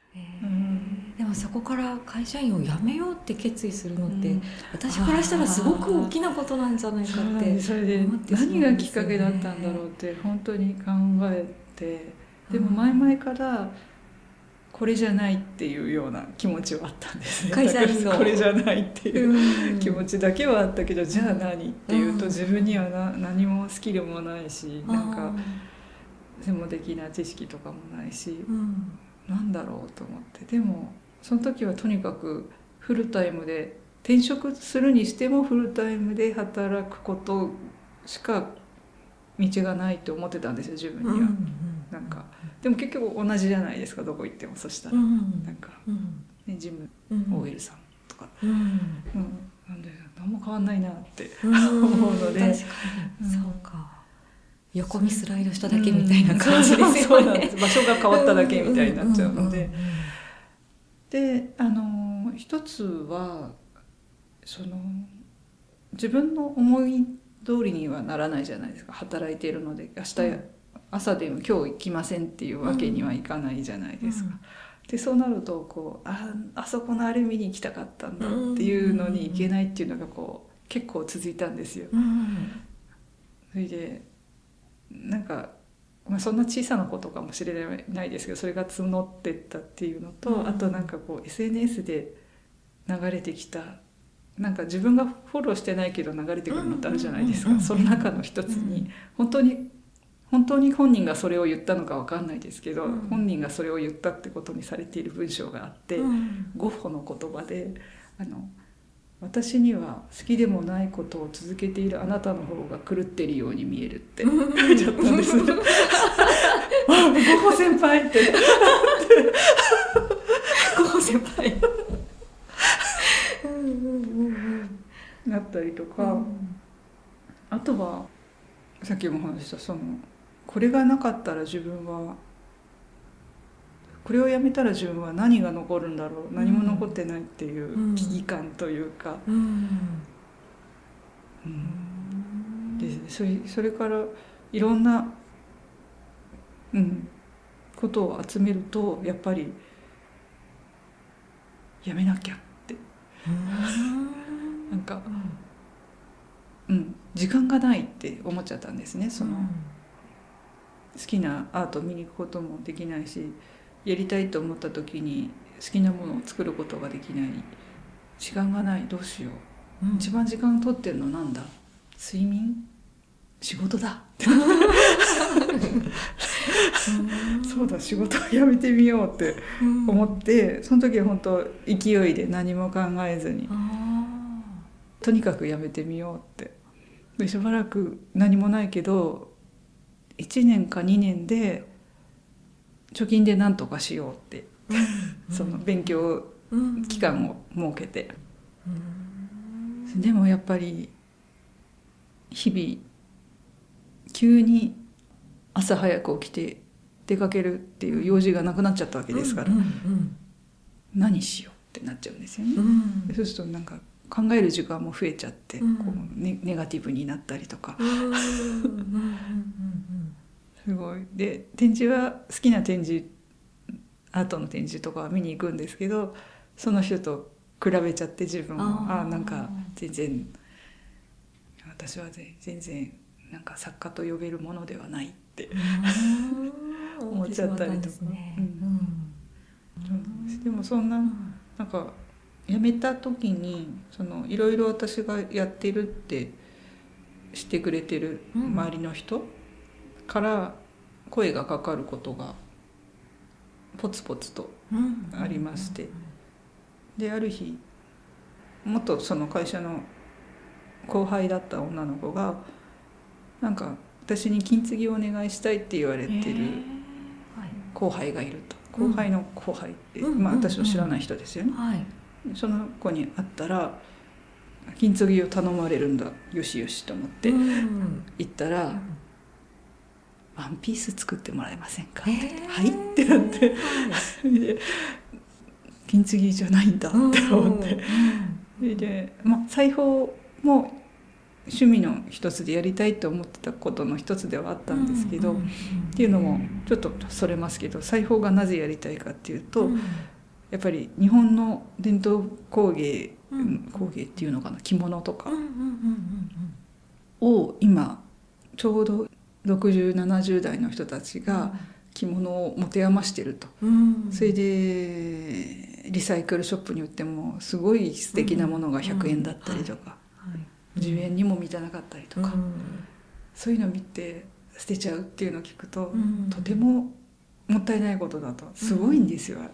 でもそこから会社員を辞めようって決意するのって、私からしたらすごく大きなことなんじゃないかってそれで何がきっかけだったんだろうって本当に考えて、でも前々からこれじゃないっていうような気持ちはあったんですね。 会社員のこれじゃないっていう気持ちだけはあったけど、じゃあ何っていうと自分には何もスキルもないし、なんか専門的な知識とかもないし、なんだろうと思って、でもその時はとにかくフルタイムで、転職するにしてもフルタイムで働くことしか道がないと思ってたんですよ、自分には。なんかでも結局同じじゃないですか、どこ行っても。そしたらなんか、ね、ジム OL さんとか、なんで何も変わんないなって思うので、 確かに、そうか、横にスライドしただけみたいな感じですよね。 場所が変わっただけみたいになっちゃうので、で一つはその自分の思い通りにはならないじゃないですか。働いているので明日、朝でも今日行きませんっていうわけにはいかないじゃないですか。でそうなるとこうあそこのあれ見に行きたかったんだっていうのに行けないっていうのがこう結構続いたんですよ。それでなんか、そんな小さなことかもしれないですけど、それが募ってったっていうのと、あとなんかこう SNS で流れてきた、なんか自分がフォローしてないけど流れてくるのってあるじゃないですか。その中の一つに本当に本人がそれを言ったのか分かんないですけど、本人がそれを言ったってことにされている文章があって、ゴッホの言葉で私には好きでもないことを続けているあなたの方が狂っているように見えるって書いちゃったんですゴッホ先輩ってゴッホ先輩なったりとか、あとはさっきも話したこれがなかったら自分は、これをやめたら自分は何が残るんだろう、何も残ってないっていう危機感というか、でそれからいろんな、ことを集めるとやっぱりやめなきゃってなんか、時間がないって思っちゃったんですね。好きなアート見に行くこともできないし、やりたいと思った時に好きなものを作ることができない、時間がない、どうしよう、一番時間取ってるのなんだ、睡眠、仕事だそうだ、仕事をやめてみようって思って、その時は本当勢いで何も考えずにとにかくやめてみようって。でしばらく何もないけど1年か2年で貯金で何とかしようってその勉強期間を設けて、でもやっぱり日々急に朝早く起きて出かけるっていう用事がなくなっちゃったわけですから、何しようってなっちゃうんですよね。そうするとなんか考える時間も増えちゃって、こうネガティブになったりとかすごい。で展示は好きな展示、アートの展示とかは見に行くんですけど、その人と比べちゃって自分もなんか全然私は全然なんか作家と呼べるものではないって思っちゃったりとか、でもそんな、なんか辞めた時にいろいろ私がやってるって知ってくれてる周りの人から声がかかることがポツポツとありまして、である日元その会社の後輩だった女の子がなんか私に金継ぎをお願いしたいって言われてる後輩がいると。後輩の後輩って、私の知らない人ですよね。その子に会ったら金継ぎを頼まれるんだ、よしよしと思って行ったら、ワンピース作ってもらえませんかって、はいってなって、金継ぎじゃないんだって思って、で、裁縫も趣味の一つでやりたいと思ってたことの一つではあったんですけど、っていうのもちょっとそれますけど、裁縫がなぜやりたいかっていうと、やっぱり日本の伝統工芸、工芸っていうのかな、着物とかを今ちょうど60、70代の人たちが着物を持て余してると、それでリサイクルショップに売ってもすごい素敵なものが100円だったりとか、10円にも満たなかったりとか、そういうのを見て捨てちゃうっていうのを聞くと、とてももったいないことだと。すごいんですよ、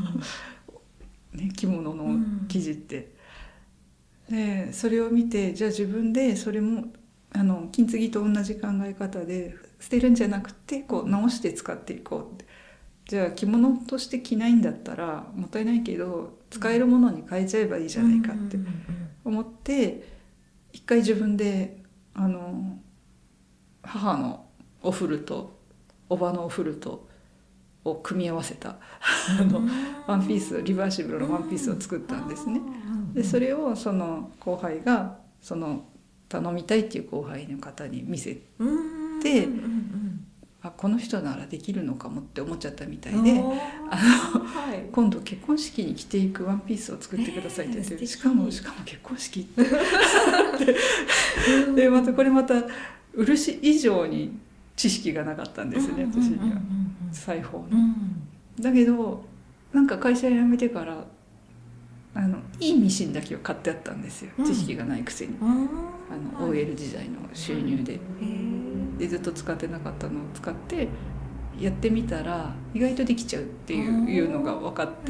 着物の生地って。でそれを見て、じゃあ自分でそれも金継ぎと同じ考え方で捨てるんじゃなくてこう直して使っていこうって。じゃあ着物として着ないんだったらもったいないけど使えるものに変えちゃえばいいじゃないかって思って、一回自分で母のお古とおばのお古とを組み合わせたワンピース、リバーシブルのワンピースを作ったんですね。でそれをその後輩が頼みたいっていう後輩の方に見せて、この人ならできるのかもって思っちゃったみたいで、今度結婚式に着ていくワンピースを作ってくださいって言って、しかも結婚式ってでまた漆以上に知識がなかったんですね、私には裁縫の。だけどなんか会社辞めてからいいミシンだけを買ってあったんですよ、知識がないくせに。OL 時代の収入でずっと使ってなかったのを使ってやってみたら意外とできちゃうっていうのが分かって、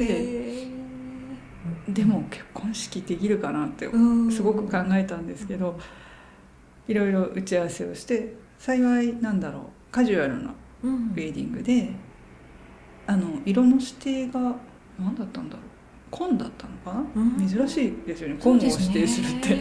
でも結婚式できるかなってすごく考えたんですけど、いろいろ打ち合わせをして、幸いカジュアルなウェディングで色の指定が何だったんだろう、紺だったのかな、珍しいですよね、紺を指定するって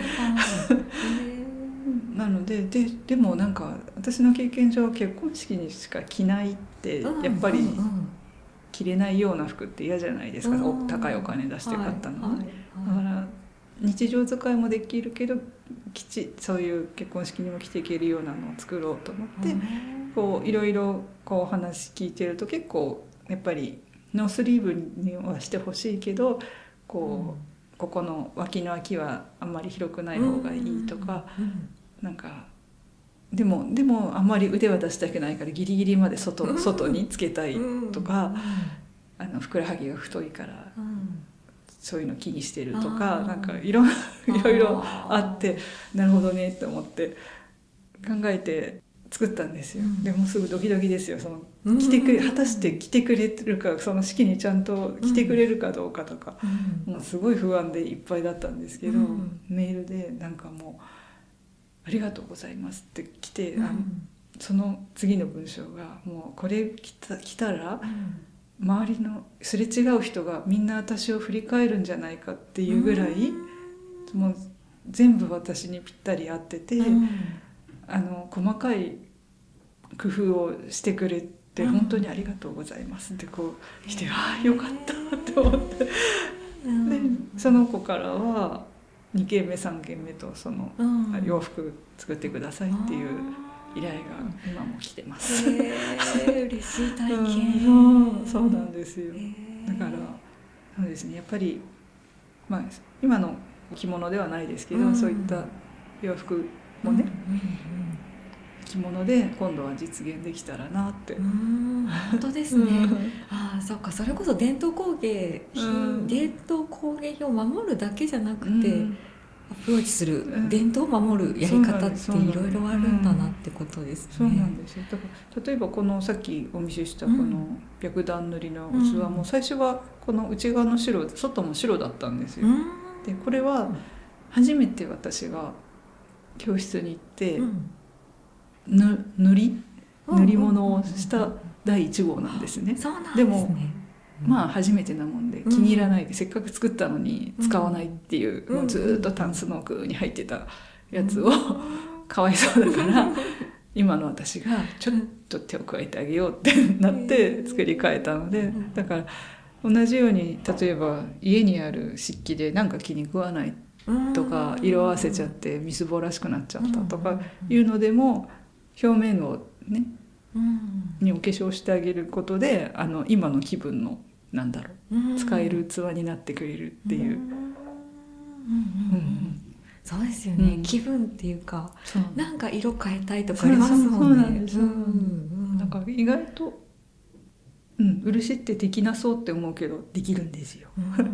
なのででもなんか私の経験上結婚式にしか着ないってやっぱり着れないような服って嫌じゃないですか、高いお金出して買ったのね。だから日常使いもできるけどそういう結婚式にも着ていけるようなのを作ろうと思って、いろいろお話聞いてると結構やっぱりノースリーブにはしてほしいけどここの脇の空きはあんまり広くない方がいいとか、なんかでもあんまり腕は出したくないからギリギリまで外につけたいとか、ふくらはぎが太いからそういうの気にしてるとか、なんかいろいろあって、なるほどねって思って考えて作ったんですよ。でもすぐドキドキですよ、果たして来てくれるか、その式にちゃんと来てくれるかどうかとか、もうすごい不安でいっぱいだったんですけど、メールでなんかもうありがとうございますって来て、その次の文章がもうこれ来たら周りのすれ違う人がみんな私を振り返るんじゃないかっていうぐらい、もう全部私にぴったり合ってて、細かい工夫をしてくれて本当にありがとうございますってこう来て、よかったって思って、でその子からは2件目3件目と洋服作ってくださいっていう依頼が今も来てます。 嬉しい体験。 そうなんですよ。だからそうですね、やっぱり、今の着物ではないですけど、そういった洋服もね、着物で今度は実現できたらなって。 本当ですね。そっか、それこそ伝統工芸品を守るだけじゃなくて、アプローチする、伝統を守るやり方っていろいろあるんだなってことですね。 そうなんですよ。だから例えばこのさっきお見せしたこの白檀塗りの器も最初はこの内側の白、外も白だったんですよ。でこれは初めて私が教室に行って、塗り物をした第1号なんですね。でも初めてなもんで気に入らないで、せっかく作ったのに使わないっていう、もうずっとタンスの奥に入ってたやつをかわいそうだから今の私がちょっと手を加えてあげようってなって作り変えたので、だから同じように例えば家にある漆器でなんか気に食わないっとか色合わせちゃってみすぼらしくなっちゃったとかいうのでも表面をねにお化粧してあげることで今の気分のなんだろう使える器になってくれるっていう。 そうですよね、気分っていうかなんか色変えたいとかありますもんね。 なんか意外と、漆ってできなそうって思うけどできるんですよ。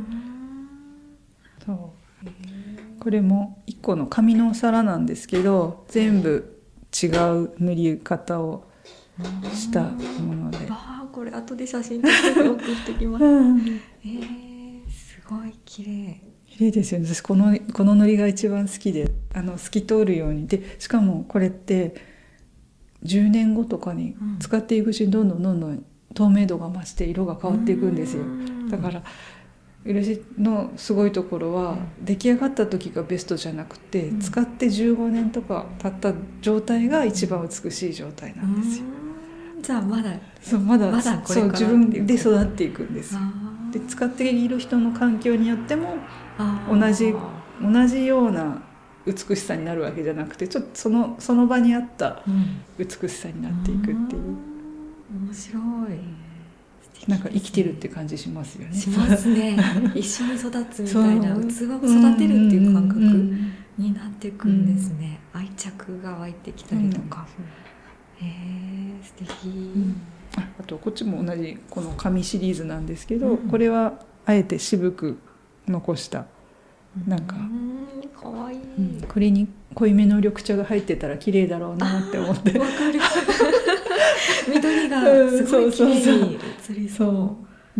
そうこれも1個の紙のお皿なんですけど全部違う塗り方をしたもので、 これ後で写真撮って送ってきます。すごい綺麗。 綺麗ですよね。私この塗りが一番好きで透き通るようにで、しかもこれって10年後とかに使っていくうちにどんどん透明度が増して色が変わっていくんですよ。だから漆のすごいところは出来上がった時がベストじゃなくて、使って15年とか経った状態が一番美しい状態なんですよ。 じゃあまだこれから自分で育っていくんです。で使っている人の環境によっても同じような美しさになるわけじゃなくて、ちょっとその場にあった美しさになっていくっていう、 面白い。 なんか生きてるって感じしますよね。 しますね。一緒に育つみたいな、器を育てるっていう感覚になっていくんですね。愛着が湧いてきたりとか。素敵。 あとこっちも同じこの紙シリーズなんですけど、これはあえて渋く残したなんかかわいい、 これに濃いめの緑茶が入ってたら綺麗だろうなって思って。 わかる。緑がすごい綺麗に映りそう。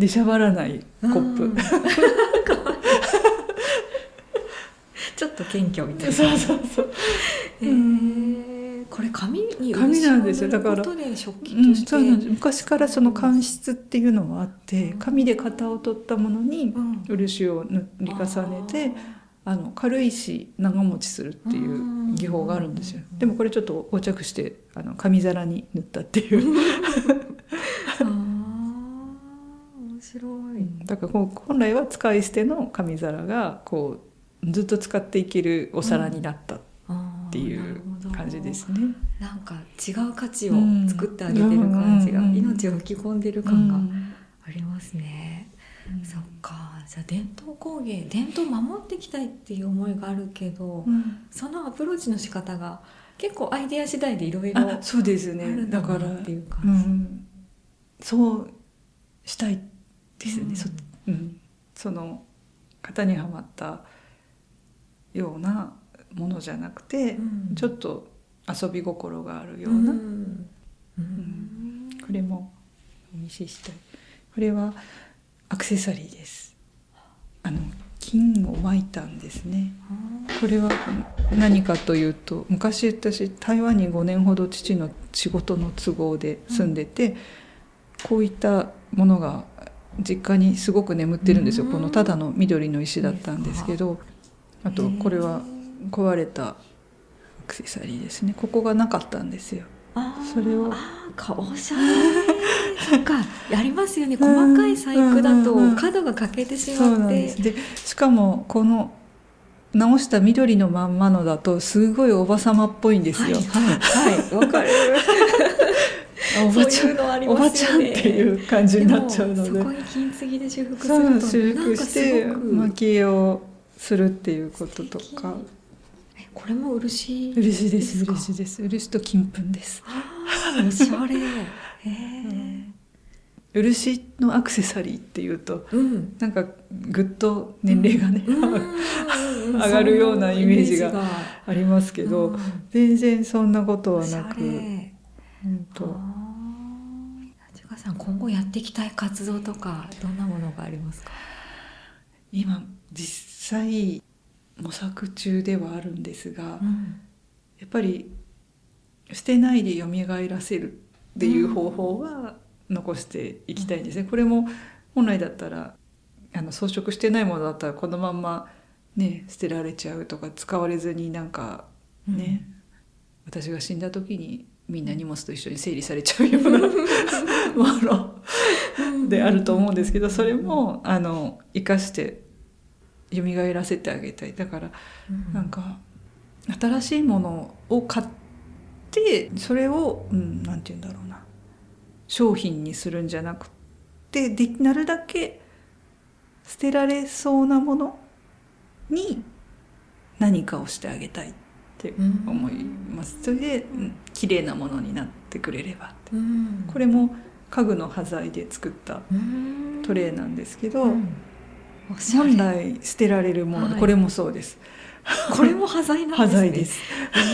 出しゃばらないコップ。 ちょっと謙虚みたいな。 そうこれ紙になんですよ。だからことで食器として、 昔からその乾漆っていうのはあって、紙で型を取ったものに漆を塗り重ねて、軽いし長持ちするっていう技法があるんですよ。でもこれちょっと横着して紙皿に塗ったっていう。 面白い。 だから本来は使い捨ての紙皿がこうずっと使っていけるお皿になったっていう感じですね。 なんか違う価値を作ってあげてる感じが、命を吹き込んでる感がありますね。そっか。じゃあ伝統守っていきたいっていう思いがあるけど、そのアプローチの仕方が結構アイデア次第でいろいろあるんだなっていう感じ。 そうしたいですね。その型にはまったようなものじゃなくて、ちょっと遊び心があるような、これもお見せしたい。これはアクセサリーです。金を巻いたんですね。これは何かというと、昔私台湾に5年ほど父の仕事の都合で住んでて、こういったものが実家にすごく眠ってるんですよ。このただの緑の石だったんですけど、あとこれは壊れたアクセサリーですね。ここがなかったんですよ。それをおしゃれ。そっか、ありますよね。細かい細工だと角が欠けてしまって。 そうなんです。でしかもこの直した緑のまんまのだとすごいおばさまっぽいんですよ。 わかる。 おばちゃんっていう感じになっちゃうので、 そこに金継ぎで修復すると修復して蒔絵をするっていうこととか。 これも漆です。漆と金粉です。 おしゃれ。 漆のアクセサリーっていうと、なんかぐっと年齢がね、上がるようなイメージがありますけど、全然そんなことはなく、 ちかさん今後やっていきたい活動とかどんなものがありますか？ 今実際模索中ではあるんですが、やっぱり捨てないで蘇らせるっていう方法は残していきたいんですね。これも本来だったら装飾してないものだったらこのまんまね捨てられちゃうとか使われずになんかね、私が死んだ時にみんな荷物と一緒に整理されちゃうようなものであると思うんですけど、それも生かして蘇らせてあげたい。だからなんか新しいものを買ってそれを、なんて言うんだろうな、商品にするんじゃなくて、なるだけ捨てられそうなものに何かをしてあげたいって思います。それで、綺麗なものになってくれればって、これも家具の端材で作ったトレイなんですけど、本来捨てられるもので、これもそうです。 これも端材なんですね。 端材です。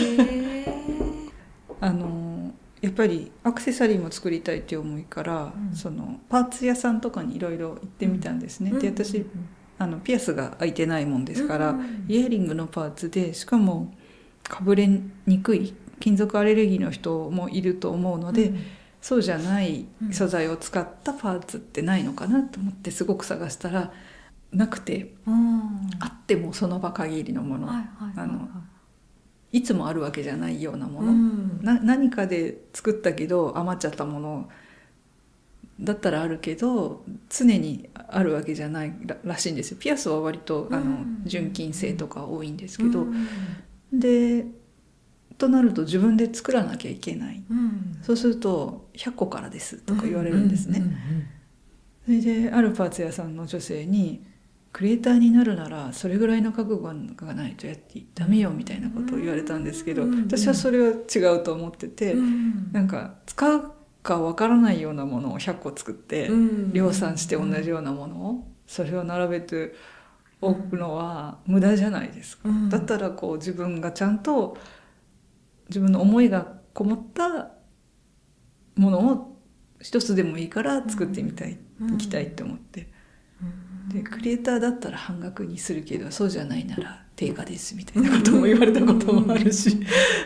やっぱりアクセサリーも作りたいっていう思いから、そのパーツ屋さんとかにいろいろ行ってみたんですね。で、私ピアスが開いてないもんですから、イヤリングのパーツで、しかもかぶれにくい金属アレルギーの人もいると思うので、そうじゃない素材を使ったパーツってないのかなと思ってすごく探したらなくて、あってもその場限りのもの、いつもあるわけじゃないようなもの、何かで作ったけど余っちゃったものだったらあるけど常にあるわけじゃないらしいんですよ。ピアスは割と純金製とか多いんですけど、でとなると自分で作らなきゃいけない、そうすると100個からですとか言われるんですね。それであるパーツ屋さんの女性に、クリエイターになるならそれぐらいの覚悟がないとやってダメよみたいなことを言われたんですけど、私はそれは違うと思ってて、なんか使うかわからないようなものを100個作って量産して同じようなものをそれを並べておくのは無駄じゃないですか。だったらこう自分がちゃんと自分の思いがこもったものを一つでもいいから作ってみたい、いきたいって思って、でクリエイターだったら半額にするけどそうじゃないなら定価ですみたいなことも言われたこともあるし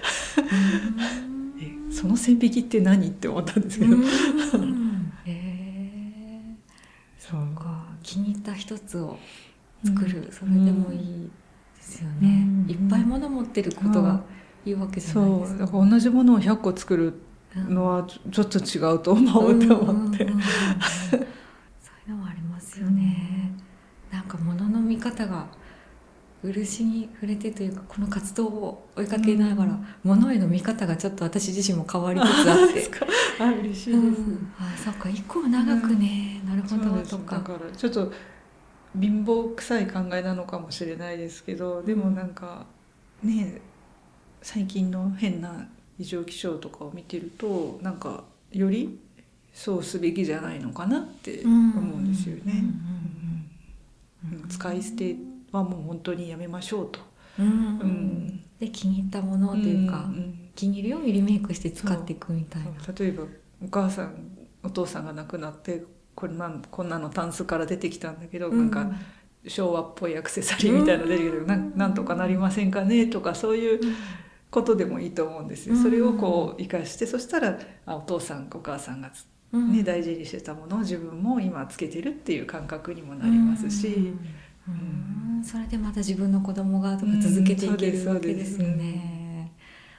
その線引きって何って思ったんですけどそうか、気に入った一つを作る、それでもいいですよね。いっぱい物持ってることがいいわけじゃないですか。 そうだから同じものを100個作るのはちょっと違うと思うと思ってそういうのもありますよね。なんか物の見方が漆に触れてというか、この活動を追いかけながら、物への見方がちょっと私自身も変わりつつあって嬉しいです、 そうか、一個長くね、なるほどとか、 だからちょっと貧乏臭い考えなのかもしれないですけど、でもなんかね、最近の変な異常気象とかを見てると、なんかよりそうすべきじゃないのかなって思うんですよね。使い捨てはもう本当にやめましょうと、 で気に入ったものというか、気に入るようにリメイクして使っていくみたいな。 例えばお母さんお父さんが亡くなってこんなのタンスから出てきたんだけど、なんか昭和っぽいアクセサリーみたいなの出てきて、なんとかなりませんかねとか、そういうことでもいいと思うんですよ。それをこう生かして、そしたらお父さんお母さんが大事にしてたものを自分も今つけてるっていう感覚にもなりますし、 それでまた自分の子供がとか続けていけるわけですよね。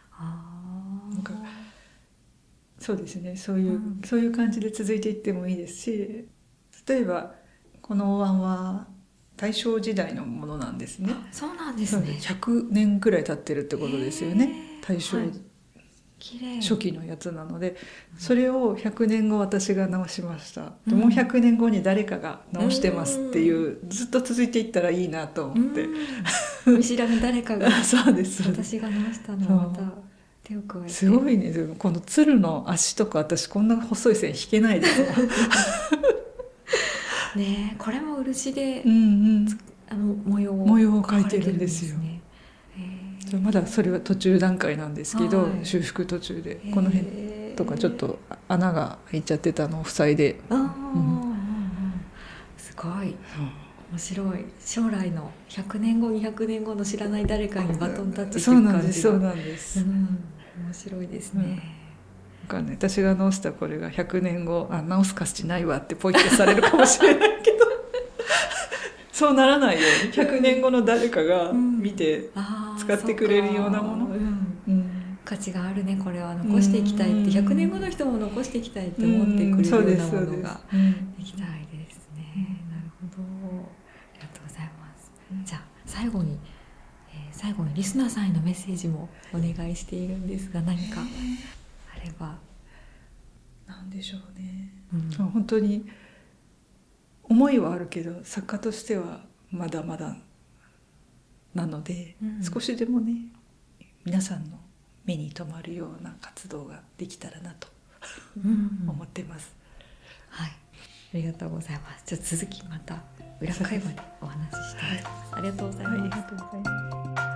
そうですね、そういう感じで続いていってもいいですし、例えばこのお椀は大正時代のものなんですね。 そうなんですね。 100年くらい経ってるってことですよね。大正、初期のやつなので、それを100年後私が直しました、もう100年後に誰かが直してますっていう、ずっと続いていったらいいなと思って、 見知らぬ誰かがそうです私が直したのをまた手を加えて、 すごいね。この鶴の足とか私こんな細い線引けないですよね。これも漆で、模様を描いてるんですよ。まだそれは途中段階なんですけど、修復途中でこの辺とかちょっと穴が開いちゃってたのを塞いで、 すごい面白い。将来の100年後200年後の知らない誰かにバトンタッチしていく感じが、 そうなんです、 面白いですね。 私が直したこれが100年後直す価値ないわってポイってされるかもしれないけどそうならないように100年後の誰かが見て使ってくれるようなもの、 価値があるね、これは残していきたいって、100年後の人も残していきたいって思ってくれるようなものができたいですね。なるほど、ありがとうございます。 最後にリスナーさんへのメッセージもお願いしているんですが、何かあれば。 なんでしょうね、本当に思いはあるけど作家としてはまだまだなので、少しでもね皆さんの目に留まるような活動ができたらなと思ってます。 はい、ありがとうございます。じゃあ続きまた裏会話でお話ししたいと思います。ありがとうございます。 ありがとうございます。